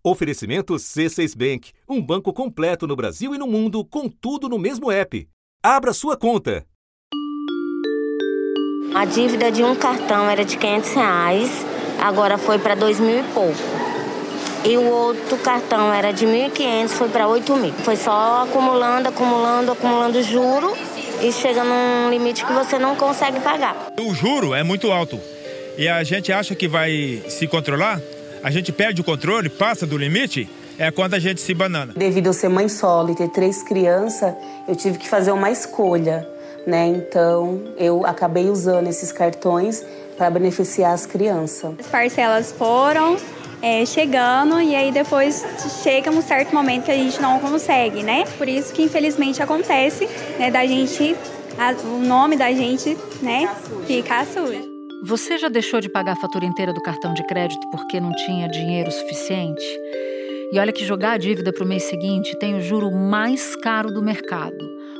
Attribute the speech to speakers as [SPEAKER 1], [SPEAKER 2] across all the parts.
[SPEAKER 1] Oferecimento C6 Bank, um banco completo no Brasil e no mundo, com tudo no mesmo app. Abra sua conta.
[SPEAKER 2] A dívida de um cartão era de R$500, agora foi para 2.000 e pouco. E o outro cartão era de 1.500, foi para 8.000. Foi só acumulando juro e chega num limite que você não consegue pagar.
[SPEAKER 3] O juro é muito alto e a gente acha que vai se controlar. A gente perde o controle, passa do limite, é quando a gente se banana.
[SPEAKER 4] Devido a ser mãe solo e ter 3 crianças, eu tive que fazer uma escolha, né? Então, eu acabei usando esses cartões para beneficiar as crianças.
[SPEAKER 5] As parcelas foram chegando e aí depois chega um certo momento que a gente não consegue, né? Por isso que, infelizmente, acontece, né, da gente, o nome da gente, né, ficar sujo.
[SPEAKER 6] Você já deixou de pagar a fatura inteira do cartão de crédito porque não tinha dinheiro suficiente? E olha que jogar a dívida para o mês seguinte tem o juro mais caro do mercado,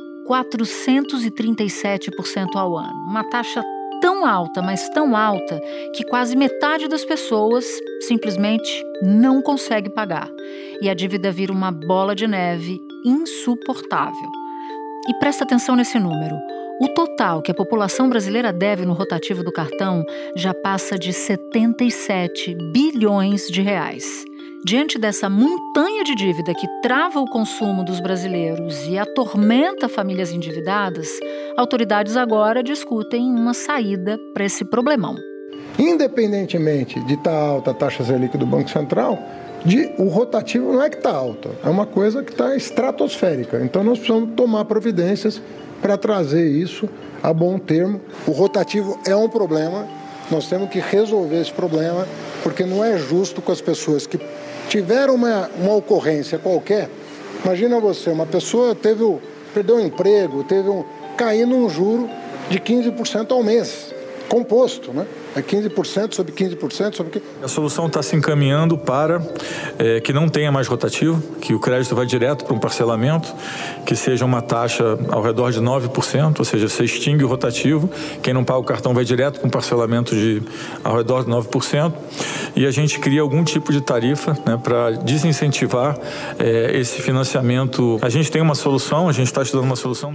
[SPEAKER 6] 437% ao ano. Uma taxa tão alta, mas tão alta, que quase metade das pessoas simplesmente não consegue pagar. E a dívida vira uma bola de neve insuportável. E presta atenção nesse número. O total que a população brasileira deve no rotativo do cartão já passa de 77 bilhões de reais. Diante dessa montanha de dívida que trava o consumo dos brasileiros e atormenta famílias endividadas, autoridades agora discutem uma saída para esse problemão.
[SPEAKER 7] Independentemente de estar alta a taxa Selic do Banco Central, o rotativo não é que está alta, é uma coisa que está estratosférica. Então nós precisamos tomar providências para trazer isso a bom termo. O rotativo é um problema, nós temos que resolver esse problema, porque não é justo com as pessoas que tiveram uma ocorrência qualquer. Imagina você, uma pessoa perdeu o emprego, caindo um juro de 15% ao mês, composto, né? É 15% sobre 15% sobre 15%.
[SPEAKER 8] A solução está se encaminhando para que não tenha mais rotativo, que o crédito vá direto para um parcelamento, que seja uma taxa ao redor de 9%, ou seja, você extingue o rotativo, quem não paga o cartão vai direto para um parcelamento ao redor de 9%, e a gente cria algum tipo de tarifa, né, para desincentivar esse financiamento. A gente tem uma solução, a gente está estudando uma solução.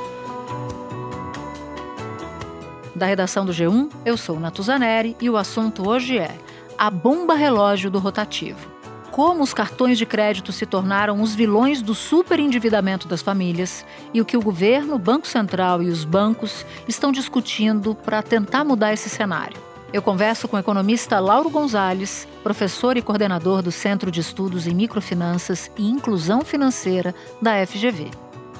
[SPEAKER 6] Da redação do G1, eu sou Natuza Neri e o assunto hoje é a bomba relógio do rotativo. Como os cartões de crédito se tornaram os vilões do superendividamento das famílias e o que o governo, o Banco Central e os bancos estão discutindo para tentar mudar esse cenário. Eu converso com o economista Lauro Gonzalez, professor e coordenador do Centro de Estudos em Microfinanças e Inclusão Financeira da FGV.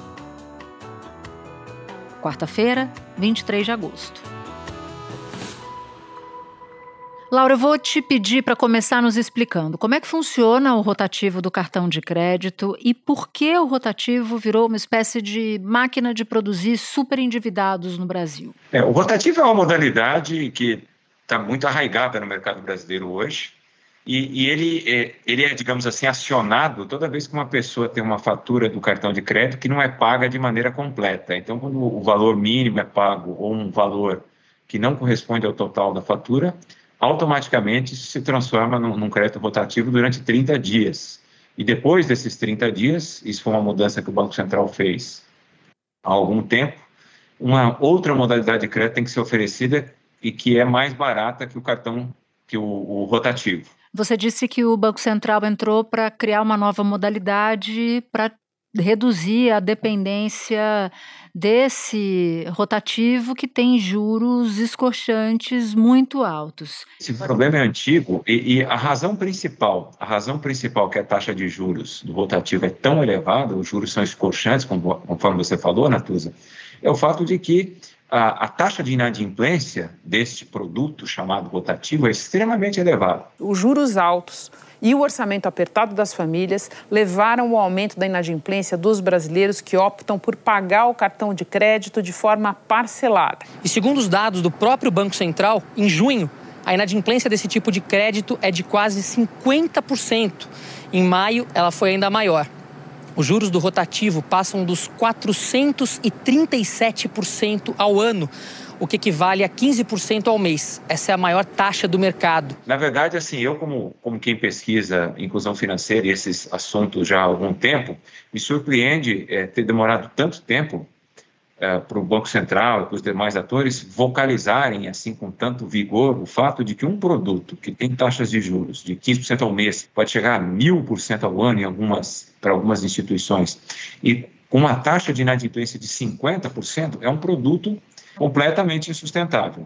[SPEAKER 6] Quarta-feira, 23 de agosto. Laura, eu vou te pedir para começar nos explicando como é que funciona o rotativo do cartão de crédito e por que o rotativo virou uma espécie de máquina de produzir superendividados no Brasil.
[SPEAKER 9] O rotativo é uma modalidade que está muito arraigada no mercado brasileiro hoje e ele é, digamos assim, acionado toda vez que uma pessoa tem uma fatura do cartão de crédito que não é paga de maneira completa. Então, quando o valor mínimo é pago ou um valor que não corresponde ao total da fatura, automaticamente isso se transforma num crédito rotativo durante 30 dias. E depois desses 30 dias, isso foi uma mudança que o Banco Central fez há algum tempo, uma outra modalidade de crédito tem que ser oferecida e que é mais barata que o cartão, que o rotativo.
[SPEAKER 6] Você disse que o Banco Central entrou para criar uma nova modalidade para reduzir a dependência desse rotativo que tem juros escorchantes muito altos.
[SPEAKER 9] Esse problema é antigo e a razão principal que a taxa de juros do rotativo é tão elevada, os juros são escorchantes, conforme você falou, Natuza, é o fato de que a taxa de inadimplência deste produto chamado rotativo é extremamente elevada.
[SPEAKER 10] Os juros altos e o orçamento apertado das famílias levaram ao aumento da inadimplência dos brasileiros que optam por pagar o cartão de crédito de forma parcelada.
[SPEAKER 11] E segundo os dados do próprio Banco Central, em junho, a inadimplência desse tipo de crédito é de quase 50%. Em maio, ela foi ainda maior. Os juros do rotativo passam dos 437% ao ano, o que equivale a 15% ao mês. Essa é a maior taxa do mercado.
[SPEAKER 9] Na verdade, assim, eu como quem pesquisa inclusão financeira e esses assuntos já há algum tempo, me surpreende ter demorado tanto tempo para o Banco Central e para os demais atores vocalizarem assim com tanto vigor o fato de que um produto que tem taxas de juros de 15% ao mês pode chegar a 1000% ao ano para algumas instituições e com uma taxa de inadimplência de 50%, é um produto completamente insustentável.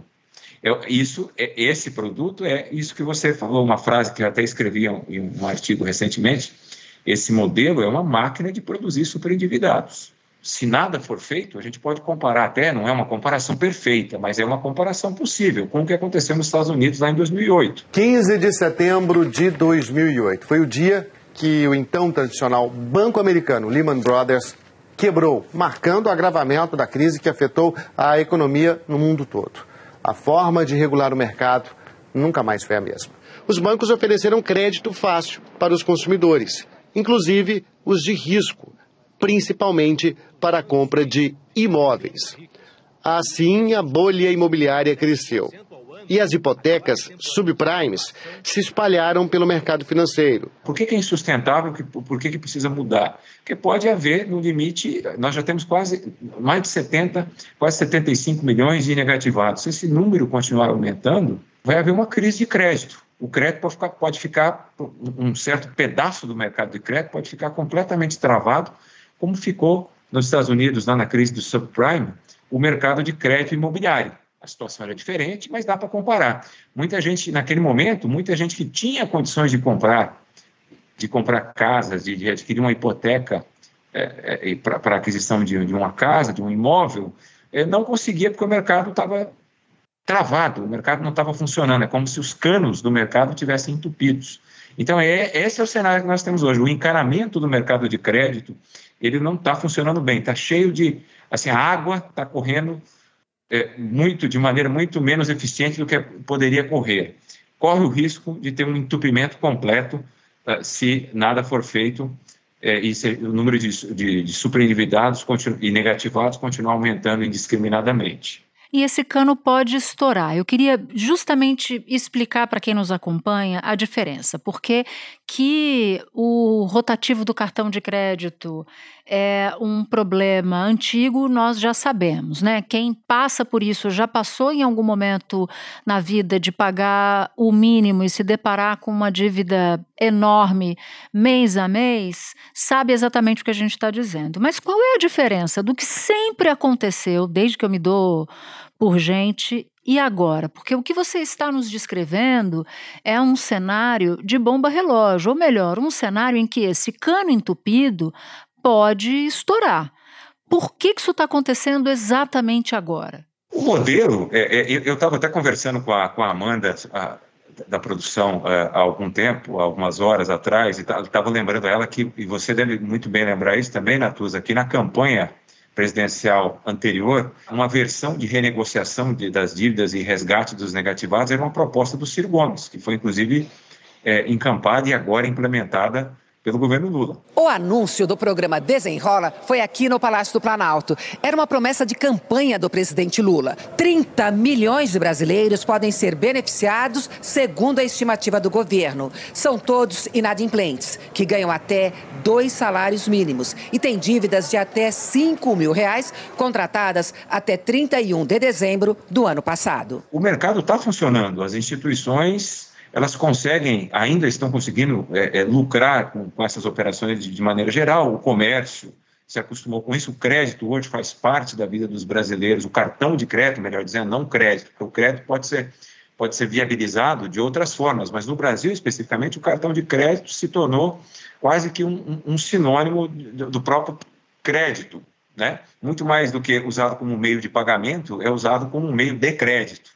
[SPEAKER 9] Esse produto é isso que você falou, uma frase que eu até escrevi em um artigo recentemente, esse modelo é uma máquina de produzir superendividados. Se nada for feito, a gente pode comparar até, não é uma comparação perfeita, mas é uma comparação possível com o que aconteceu nos Estados Unidos lá em 2008.
[SPEAKER 12] 15 de setembro de 2008 foi o dia que o então tradicional banco americano Lehman Brothers quebrou, marcando o agravamento da crise que afetou a economia no mundo todo. A forma de regular o mercado nunca mais foi a mesma. Os bancos ofereceram crédito fácil para os consumidores, inclusive os de risco, principalmente para a compra de imóveis. Assim, a bolha imobiliária cresceu. E as hipotecas subprimes se espalharam pelo mercado financeiro.
[SPEAKER 9] Por que é insustentável? Por que precisa mudar? Porque pode haver, no limite, nós já temos mais de 70, quase 75 milhões de negativados. Se esse número continuar aumentando, vai haver uma crise de crédito. O crédito pode ficar, um certo pedaço do mercado de crédito pode ficar completamente travado, como ficou nos Estados Unidos, lá na crise do subprime, o mercado de crédito imobiliário. A situação era diferente, mas dá para comparar. Muita gente, naquele momento, muita gente que tinha condições de comprar casas, de adquirir uma hipoteca para aquisição de uma casa, de um imóvel, não conseguia porque o mercado estava travado, o mercado não estava funcionando. É como se os canos do mercado tivessem entupidos. Então, esse é o cenário que nós temos hoje. O encanamento do mercado de crédito, ele não está funcionando bem. Está cheio de... Assim, a água está correndo de maneira muito menos eficiente do que poderia correr. Corre o risco de ter um entupimento completo se nada for feito e se o número de superendividados e negativados continuar aumentando indiscriminadamente.
[SPEAKER 6] E esse cano pode estourar. Eu queria justamente explicar para quem nos acompanha a diferença, porque que o rotativo do cartão de crédito é um problema antigo, nós já sabemos, né? Quem passa por isso já passou em algum momento na vida de pagar o mínimo e se deparar com uma dívida enorme mês a mês, sabe exatamente o que a gente está dizendo. Mas qual é a diferença do que sempre aconteceu, desde que eu me dou por gente, e agora? Porque o que você está nos descrevendo é um cenário de bomba-relógio, ou melhor, um cenário em que esse cano entupido pode estourar. Por que isso está acontecendo exatamente agora?
[SPEAKER 9] O modelo, eu estava até conversando com a Amanda da produção há algum tempo, há algumas horas atrás, e estava lembrando a ela que, e você deve muito bem lembrar isso também, Natuza, que na campanha presidencial anterior, uma versão de renegociação das dívidas e resgate dos negativados era uma proposta do Ciro Gomes, que foi inclusive encampada e agora implementada pelo governo Lula.
[SPEAKER 13] O anúncio do programa Desenrola foi aqui no Palácio do Planalto. Era uma promessa de campanha do presidente Lula. 30 milhões de brasileiros podem ser beneficiados, segundo a estimativa do governo. São todos inadimplentes, que ganham até 2 salários mínimos e têm dívidas de até R$5 mil, contratadas até 31 de dezembro do ano passado.
[SPEAKER 9] O mercado está funcionando, as instituições... elas ainda estão conseguindo lucrar com essas operações de maneira geral. O comércio se acostumou com isso, o crédito hoje faz parte da vida dos brasileiros, o cartão de crédito, melhor dizendo, não crédito, porque o crédito pode ser viabilizado de outras formas, mas no Brasil, especificamente, o cartão de crédito se tornou quase que um sinônimo do próprio crédito, né? Muito mais do que usado como meio de pagamento, é usado como um meio de crédito.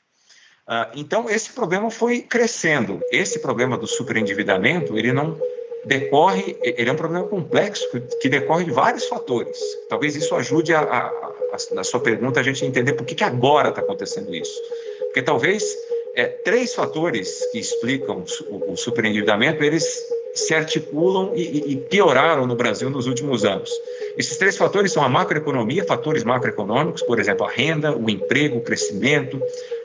[SPEAKER 9] Então, esse problema foi crescendo. Esse problema do superendividamento, ele não decorre, ele é um problema complexo que decorre de vários fatores. Talvez isso ajude na sua pergunta a gente entender por que agora está acontecendo isso. Porque talvez 3 fatores que explicam o superendividamento, eles se articulam e pioraram no Brasil nos últimos anos. Esses 3 fatores são a macroeconomia, fatores macroeconômicos, por exemplo, a renda, o emprego, o crescimento,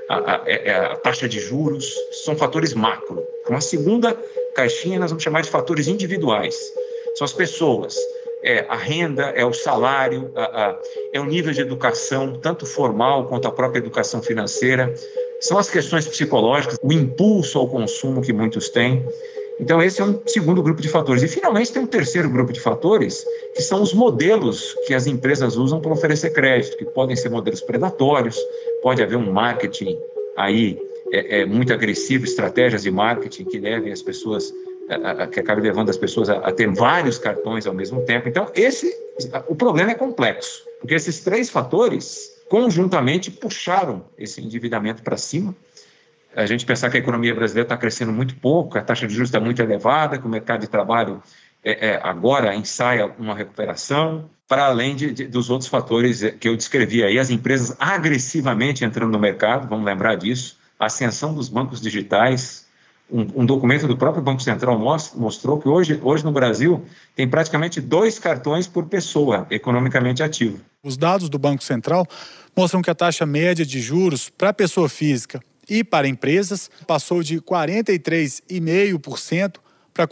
[SPEAKER 9] a taxa de juros, são fatores macro. Uma segunda caixinha nós vamos chamar de fatores individuais. São as pessoas, a renda, o salário, é o nível de educação, tanto formal quanto a própria educação financeira. São as questões psicológicas, o impulso ao consumo que muitos têm. Então, esse é um segundo grupo de fatores. E, finalmente, tem um terceiro grupo de fatores, que são os modelos que as empresas usam para oferecer crédito, que podem ser modelos predatórios, pode haver um marketing aí muito agressivo, estratégias de marketing que levem as pessoas, que acabem levando as pessoas a ter vários cartões ao mesmo tempo. Então, o problema é complexo, porque esses 3 fatores, conjuntamente, puxaram esse endividamento para cima. A gente pensar que a economia brasileira está crescendo muito pouco, a taxa de juros está muito elevada, que o mercado de trabalho agora ensaia uma recuperação, para além dos outros fatores que eu descrevi aí, as empresas agressivamente entrando no mercado, vamos lembrar disso, a ascensão dos bancos digitais. Um documento do próprio Banco Central mostrou que hoje no Brasil tem praticamente 2 cartões por pessoa economicamente ativo.
[SPEAKER 14] Os dados do Banco Central mostram que a taxa média de juros para pessoa física e para empresas passou de 43,5% para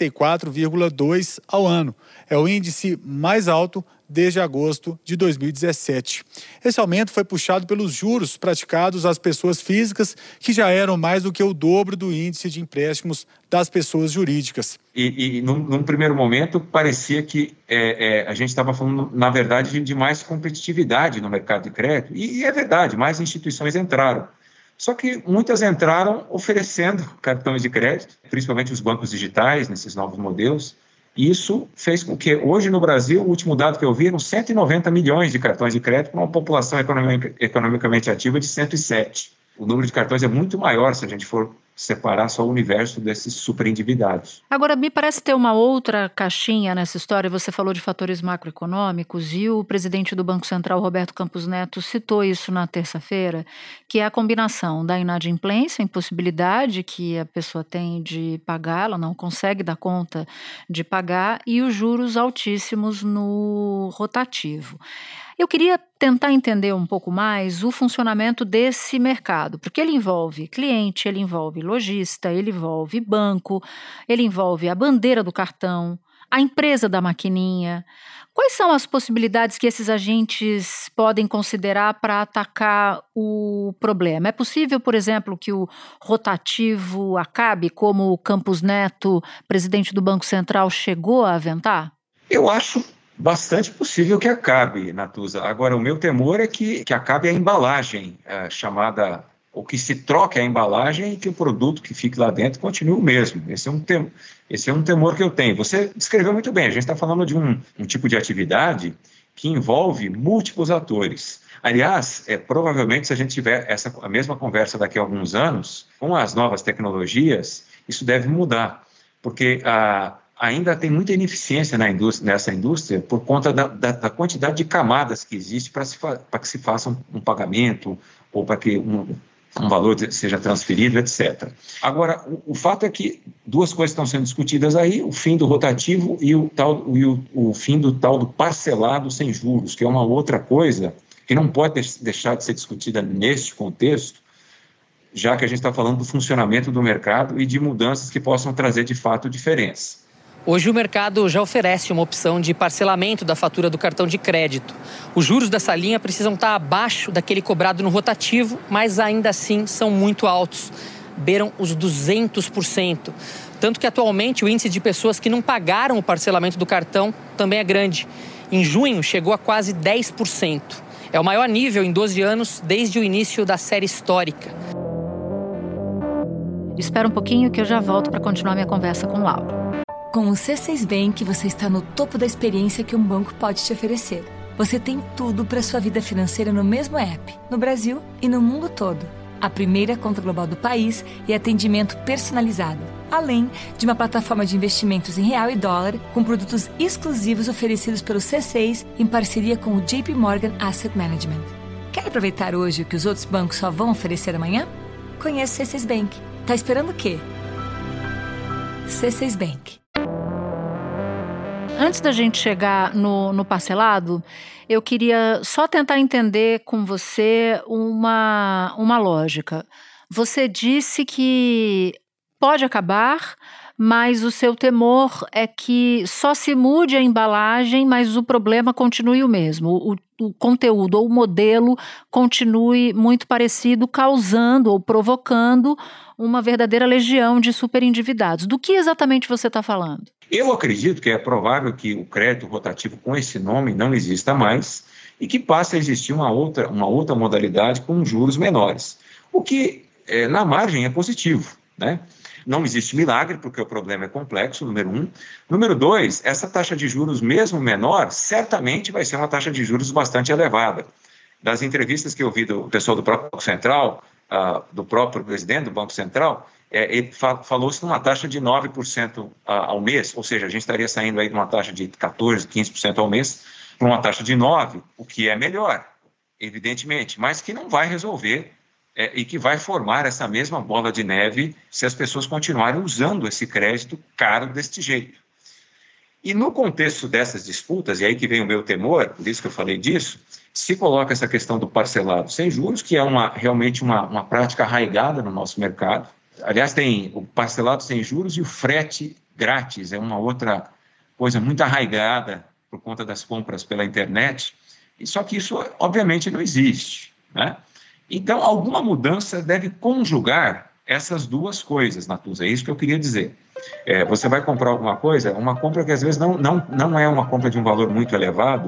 [SPEAKER 14] 44,2% ao ano. É o índice mais alto desde agosto de 2017. Esse aumento foi puxado pelos juros praticados às pessoas físicas, que já eram mais do que o dobro do índice de empréstimos das pessoas jurídicas.
[SPEAKER 9] E num primeiro momento, parecia que a gente estava falando, na verdade, de mais competitividade no mercado de crédito. E é verdade, mais instituições entraram. Só que muitas entraram oferecendo cartões de crédito, principalmente os bancos digitais, nesses novos modelos. E isso fez com que, hoje no Brasil, o último dado que eu vi, eram 190 milhões de cartões de crédito para uma população economicamente ativa de 107. O número de cartões é muito maior se a gente for separar só o universo desses superendividados.
[SPEAKER 6] Agora, me parece ter uma outra caixinha nessa história. Você falou de fatores macroeconômicos e o presidente do Banco Central, Roberto Campos Neto, citou isso na terça-feira, que é a combinação da inadimplência, a impossibilidade que a pessoa tem de pagar, ela não consegue dar conta de pagar, e os juros altíssimos no rotativo. Eu queria tentar entender um pouco mais o funcionamento desse mercado, porque ele envolve cliente, ele envolve lojista, ele envolve banco, ele envolve a bandeira do cartão, a empresa da maquininha. Quais são as possibilidades que esses agentes podem considerar para atacar o problema? É possível, por exemplo, que o rotativo acabe, como o Campos Neto, presidente do Banco Central, chegou a aventar?
[SPEAKER 9] Eu acho bastante possível que acabe, Natuza. Agora, o meu temor é que acabe a embalagem chamada, ou que se troque a embalagem e que o produto que fique lá dentro continue o mesmo. Esse é um temor que eu tenho. Você descreveu muito bem, a gente está falando de um tipo de atividade que envolve múltiplos atores. Aliás, provavelmente, se a gente tiver a mesma conversa daqui a alguns anos, com as novas tecnologias, isso deve mudar, porque ainda tem muita ineficiência nessa indústria por conta da quantidade de camadas que existe para que se faça um pagamento ou para que um valor seja transferido, etc. Agora, o fato é que 2 coisas estão sendo discutidas aí, o fim do rotativo e o fim do tal do parcelado sem juros, que é uma outra coisa que não pode deixar de ser discutida neste contexto, já que a gente está falando do funcionamento do mercado e de mudanças que possam trazer, de fato, diferença.
[SPEAKER 11] Hoje o mercado já oferece uma opção de parcelamento da fatura do cartão de crédito. Os juros dessa linha precisam estar abaixo daquele cobrado no rotativo, mas ainda assim são muito altos, beiram os 200%. Tanto que atualmente o índice de pessoas que não pagaram o parcelamento do cartão também é grande. Em junho chegou a quase 10%. É o maior nível em 12 anos desde o início da série histórica.
[SPEAKER 6] Espera um pouquinho que eu já volto para continuar minha conversa com Laura.
[SPEAKER 15] Com o C6 Bank, você está no topo da experiência que um banco pode te oferecer. Você tem tudo para sua vida financeira no mesmo app, no Brasil e no mundo todo. A primeira conta global do país e atendimento personalizado. Além de uma plataforma de investimentos em real e dólar, com produtos exclusivos oferecidos pelo C6 em parceria com o JP Morgan Asset Management. Quer aproveitar hoje o que os outros bancos só vão oferecer amanhã? Conheça o C6 Bank. Tá esperando o quê? C6 Bank.
[SPEAKER 6] Antes da gente chegar no parcelado, eu queria só tentar entender com você uma lógica. Você disse que pode acabar, mas o seu temor é que só se mude a embalagem, mas o problema continue o mesmo. O conteúdo ou o modelo continue muito parecido, causando ou provocando uma verdadeira legião de superendividados. Do que exatamente você está falando?
[SPEAKER 9] Eu acredito que é provável que o crédito rotativo com esse nome não exista mais e que passe a existir uma outra modalidade com juros menores. O que, na margem, é positivo, né? Não existe milagre, porque o problema é complexo, número 1. Número 2, essa taxa de juros, mesmo menor, certamente vai ser uma taxa de juros bastante elevada. Das entrevistas que eu vi do pessoal do próprio Banco Central, do próprio presidente do Banco Central, falou-se numa taxa de 9% ao mês, ou seja, a gente estaria saindo aí de uma taxa de 14%, 15% ao mês para uma taxa de 9%, o que é melhor, evidentemente, mas que não vai resolver e que vai formar essa mesma bola de neve se as pessoas continuarem usando esse crédito caro deste jeito. E no contexto dessas disputas, e aí que vem o meu temor, por isso que eu falei disso, se coloca essa questão do parcelado sem juros, que é realmente uma prática arraigada no nosso mercado. Aliás, tem o parcelado sem juros e o frete grátis, é uma outra coisa muito arraigada por conta das compras pela internet, e só que isso, obviamente, não existe, né? Então, alguma mudança deve conjugar essas duas coisas, Natuza, é isso que eu queria dizer. Você vai comprar alguma coisa, uma compra que às vezes não é uma compra de um valor muito elevado,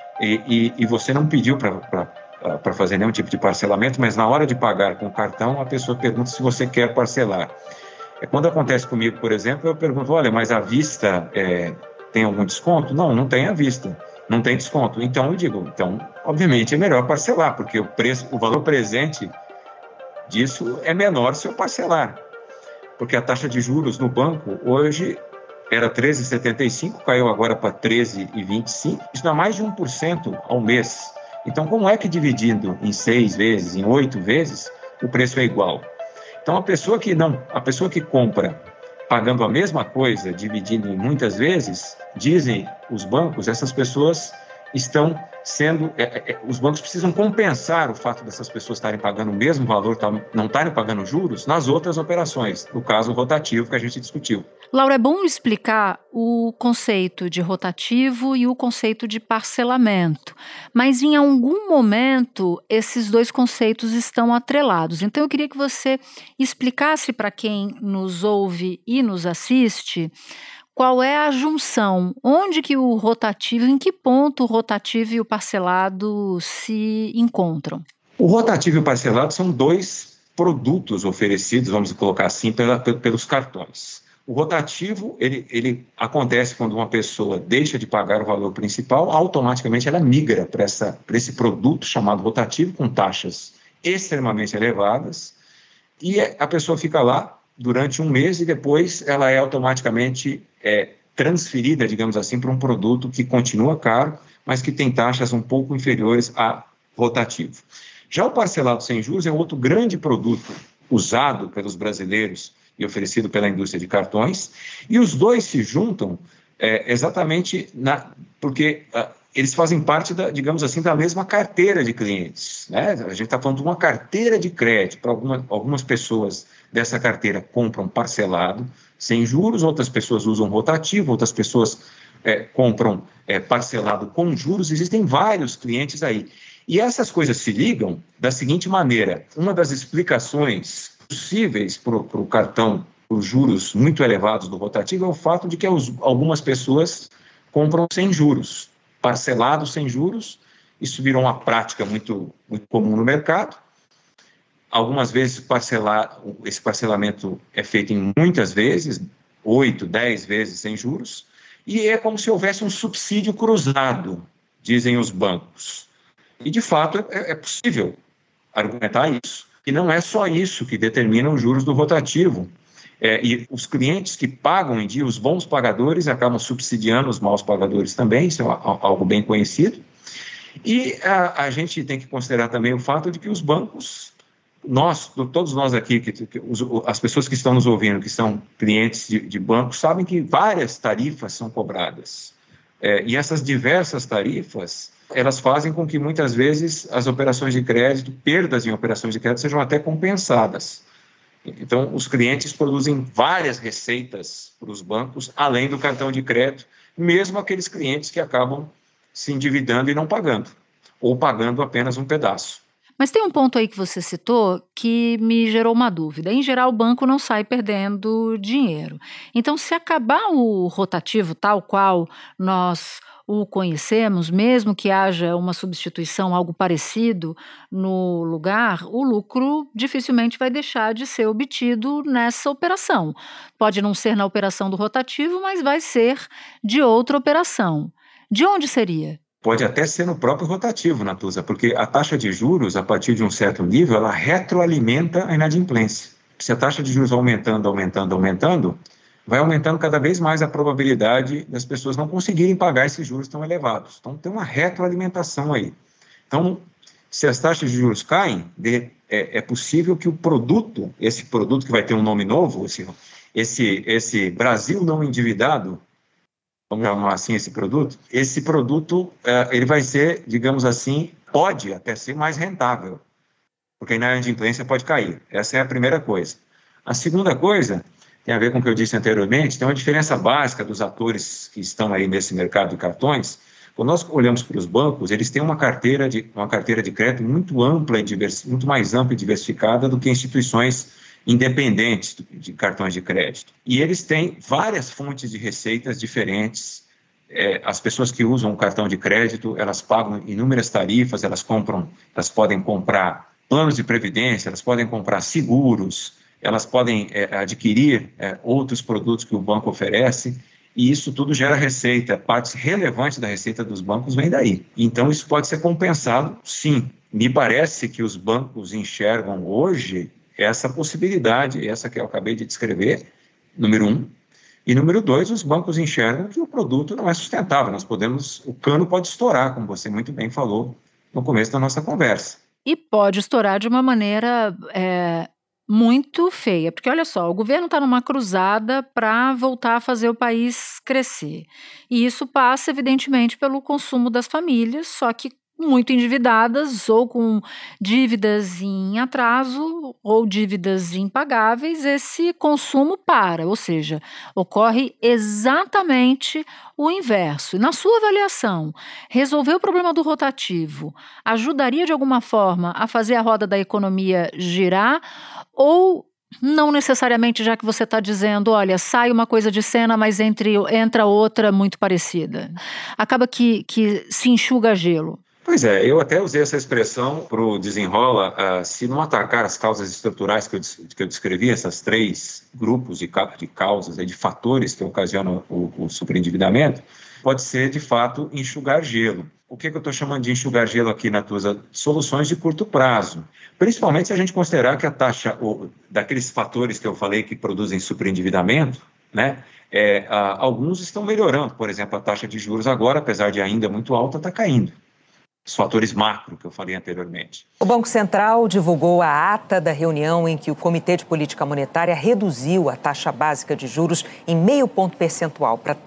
[SPEAKER 9] e você não pediu para fazer nenhum tipo de parcelamento, mas na hora de pagar com o cartão, a pessoa pergunta se você quer parcelar. Quando acontece comigo, por exemplo, eu pergunto, olha, mas à vista tem algum desconto? Não, não tem à vista. Não tem desconto. Então, eu digo, obviamente, é melhor parcelar, porque o valor presente disso é menor se eu parcelar. Porque a taxa de juros no banco, hoje, era 13,75, caiu agora para 13,25. Isso dá mais de 1% ao mês. Então, como é que dividindo em 6 vezes, em 8 vezes, o preço é igual? Então, a pessoa que compra pagando a mesma coisa, dividindo em muitas vezes, dizem os bancos, essas pessoas estão sendo... os bancos precisam compensar o fato dessas pessoas estarem pagando o mesmo valor, não estarem pagando juros, nas outras operações, no caso rotativo que a gente discutiu.
[SPEAKER 6] Laura, é bom explicar o conceito de rotativo e o conceito de parcelamento, mas em algum momento esses dois conceitos estão atrelados. Então eu queria que você explicasse para quem nos ouve e nos assiste qual é a junção, onde que o rotativo, em que ponto o rotativo e o parcelado se encontram?
[SPEAKER 9] O rotativo e o parcelado são dois produtos oferecidos, vamos colocar assim, pelos cartões. O rotativo, ele acontece quando uma pessoa deixa de pagar o valor principal, automaticamente ela migra para esse produto chamado rotativo, com taxas extremamente elevadas, e a pessoa fica lá durante um mês e depois ela é automaticamente transferida, digamos assim, para um produto que continua caro, mas que tem taxas um pouco inferiores a rotativo. Já o parcelado sem juros é outro grande produto usado pelos brasileiros e oferecido pela indústria de cartões, e os dois se juntam exatamente porque eles fazem parte, digamos assim, da mesma carteira de clientes, né? A gente está falando de uma carteira de crédito. Para algumas pessoas dessa carteira compram parcelado, sem juros, outras pessoas usam rotativo, outras pessoas compram parcelado com juros. Existem vários clientes aí. E essas coisas se ligam da seguinte maneira: uma das explicações possíveis para o cartão, os juros muito elevados do rotativo, é o fato de que algumas pessoas compram sem juros, parcelado sem juros. Isso virou uma prática muito, muito comum no mercado. Algumas vezes esse parcelamento é feito em muitas vezes, 8, 10 vezes sem juros, e é como se houvesse um subsídio cruzado, dizem os bancos. E, de fato, é possível argumentar isso. E não é só isso que determina os juros do rotativo. E os clientes que pagam em dia, os bons pagadores, acabam subsidiando os maus pagadores também, isso é algo bem conhecido. E a gente tem que considerar também o fato de que os bancos, todos nós aqui, as pessoas que estão nos ouvindo, que são clientes de bancos, sabem que várias tarifas são cobradas. E essas diversas tarifas, elas fazem com que muitas vezes as operações de crédito, perdas em operações de crédito, sejam até compensadas. Então, os clientes produzem várias receitas para os bancos, além do cartão de crédito, mesmo aqueles clientes que acabam se endividando e não pagando, ou pagando apenas um pedaço.
[SPEAKER 6] Mas tem um ponto aí que você citou que me gerou uma dúvida. Em geral, o banco não sai perdendo dinheiro. Então, se acabar o rotativo tal qual nós o conhecemos, mesmo que haja uma substituição, algo parecido no lugar, o lucro dificilmente vai deixar de ser obtido nessa operação. Pode não ser na operação do rotativo, mas vai ser de outra operação. De onde seria?
[SPEAKER 9] Pode até ser no próprio rotativo, Natuza, porque a taxa de juros, a partir de um certo nível, ela retroalimenta a inadimplência. Se a taxa de juros aumentando, vai aumentando cada vez mais a probabilidade das pessoas não conseguirem pagar esses juros tão elevados. Então, tem uma retroalimentação aí. Então, se as taxas de juros caem, é possível que o produto, esse produto que vai ter um nome novo, esse Brasil não endividado, vamos chamar assim esse produto ele vai ser, digamos assim, pode até ser mais rentável, porque a inadimplência pode cair. Essa é a primeira coisa. A segunda coisa tem a ver com o que eu disse anteriormente, tem uma diferença básica dos atores que estão aí nesse mercado de cartões. Quando nós olhamos para os bancos, eles têm uma carteira de crédito muito ampla muito mais ampla e diversificada do que instituições independentes de cartões de crédito. E eles têm várias fontes de receitas diferentes. As pessoas que usam o cartão de crédito, elas pagam inúmeras tarifas, elas podem comprar planos de previdência, elas podem comprar seguros, elas podem adquirir outros produtos que o banco oferece, e isso tudo gera receita. Parte relevante da receita dos bancos vem daí. Então, isso pode ser compensado, sim. Me parece que os bancos enxergam hoje essa possibilidade, essa que eu acabei de descrever, número 1. E número 2, os bancos enxergam que o produto não é sustentável. O cano pode estourar, como você muito bem falou no começo da nossa conversa.
[SPEAKER 6] E pode estourar de uma maneira muito feia, porque olha só, o governo está numa cruzada para voltar a fazer o país crescer. E isso passa, evidentemente, pelo consumo das famílias, só que muito endividadas ou com dívidas em atraso ou dívidas impagáveis, esse consumo para, ou seja, ocorre exatamente o inverso. E na sua avaliação, resolver o problema do rotativo ajudaria de alguma forma a fazer a roda da economia girar ou não necessariamente, já que você está dizendo, olha, sai uma coisa de cena, mas entra outra muito parecida? Acaba que se enxuga gelo.
[SPEAKER 9] Pois é, eu até usei essa expressão para o Desenrola, se não atacar as causas estruturais que eu descrevi, esses 3 grupos de causas, de fatores que ocasionam o superendividamento, pode ser, de fato, enxugar gelo. O que eu estou chamando de enxugar gelo aqui, Natuza? Soluções de curto prazo. Principalmente se a gente considerar que a taxa, daqueles fatores que eu falei que produzem superendividamento, né, alguns estão melhorando. Por exemplo, a taxa de juros agora, apesar de ainda muito alta, está caindo. Os fatores macro que eu falei anteriormente.
[SPEAKER 13] O Banco Central divulgou a ata da reunião em que o Comitê de Política Monetária reduziu a taxa básica de juros em 0,5 ponto percentual para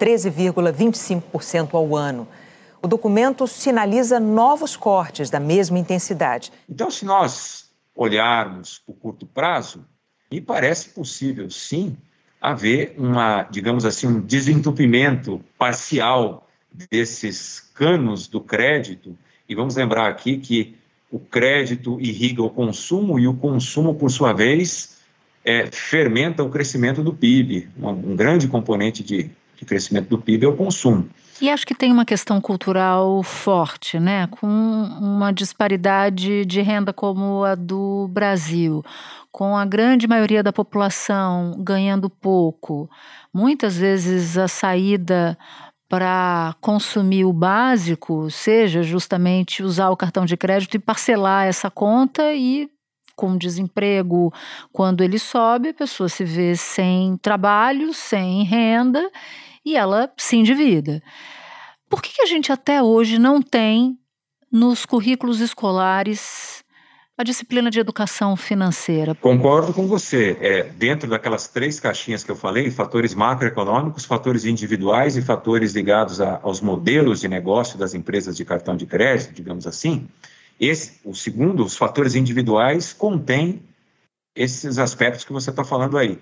[SPEAKER 13] 13,25% ao ano. O documento sinaliza novos cortes da mesma intensidade.
[SPEAKER 9] Então, se nós olharmos o curto prazo, me parece possível, sim, haver digamos assim, um desentupimento parcial desses canos do crédito. E vamos lembrar aqui que o crédito irriga o consumo e o consumo, por sua vez, fermenta o crescimento do PIB. Um grande componente de crescimento do PIB é o consumo.
[SPEAKER 6] E acho que tem uma questão cultural forte, né? Com uma disparidade de renda como a do Brasil, com a grande maioria da população ganhando pouco. Muitas vezes a saída para consumir o básico seja justamente usar o cartão de crédito e parcelar essa conta, e com desemprego, quando ele sobe, a pessoa se vê sem trabalho, sem renda e ela se endivida. Por que a gente até hoje não tem nos currículos escolares a disciplina de educação financeira?
[SPEAKER 9] Concordo com você. Dentro daquelas 3 caixinhas que eu falei, fatores macroeconômicos, fatores individuais e fatores ligados aos modelos de negócio das empresas de cartão de crédito, digamos assim, o segundo, os fatores individuais, contém esses aspectos que você está falando aí.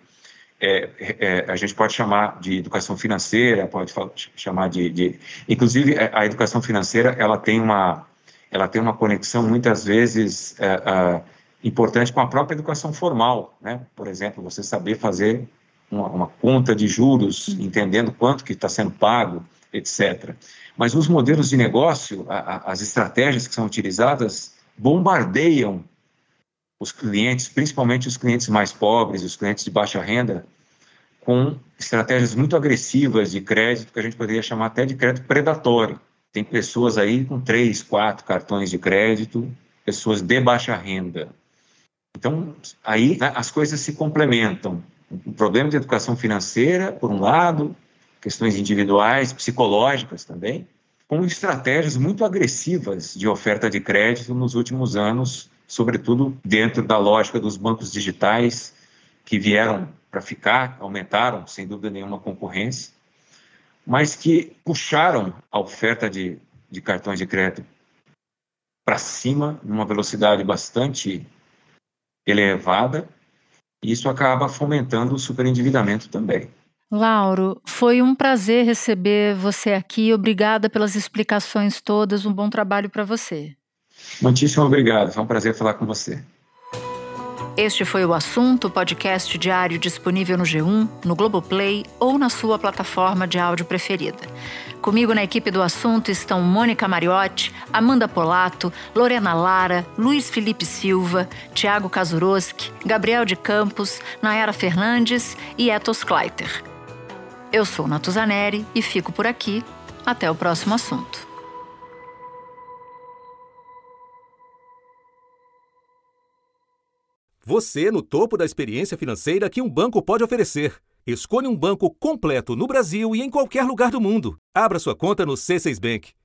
[SPEAKER 9] A gente pode chamar de educação financeira, pode chamar inclusive, a educação financeira, ela tem uma conexão, muitas vezes, importante com a própria educação formal, né? Por exemplo, você saber fazer uma conta de juros, entendendo quanto que está sendo pago, etc. Mas os modelos de negócio, as estratégias que são utilizadas, bombardeiam os clientes, principalmente os clientes mais pobres, os clientes de baixa renda, com estratégias muito agressivas de crédito, que a gente poderia chamar até de crédito predatório. Tem pessoas aí com 3, 4 cartões de crédito, pessoas de baixa renda. Então, aí as coisas se complementam. O problema de educação financeira, por um lado, questões individuais, psicológicas também, com estratégias muito agressivas de oferta de crédito nos últimos anos, sobretudo dentro da lógica dos bancos digitais, que vieram para ficar, aumentaram, sem dúvida nenhuma, a concorrência, mas que puxaram a oferta de cartões de crédito para cima, numa velocidade bastante elevada, e isso acaba fomentando o superendividamento também.
[SPEAKER 6] Lauro, foi um prazer receber você aqui. Obrigada pelas explicações todas. Um bom trabalho para você.
[SPEAKER 9] Muitíssimo obrigado. Foi um prazer falar com você.
[SPEAKER 6] Este foi o Assunto, podcast diário disponível no G1, no Globoplay ou na sua plataforma de áudio preferida. Comigo na equipe do Assunto estão Mônica Mariotti, Amanda Polato, Lorena Lara, Luiz Felipe Silva, Thiago Kazuroski, Gabriel de Campos, Nayara Fernandes e Etos Kleiter. Eu sou Natuzaneri e fico por aqui. Até o próximo assunto.
[SPEAKER 1] Você no topo da experiência financeira que um banco pode oferecer. Escolha um banco completo no Brasil e em qualquer lugar do mundo. Abra sua conta no C6 Bank.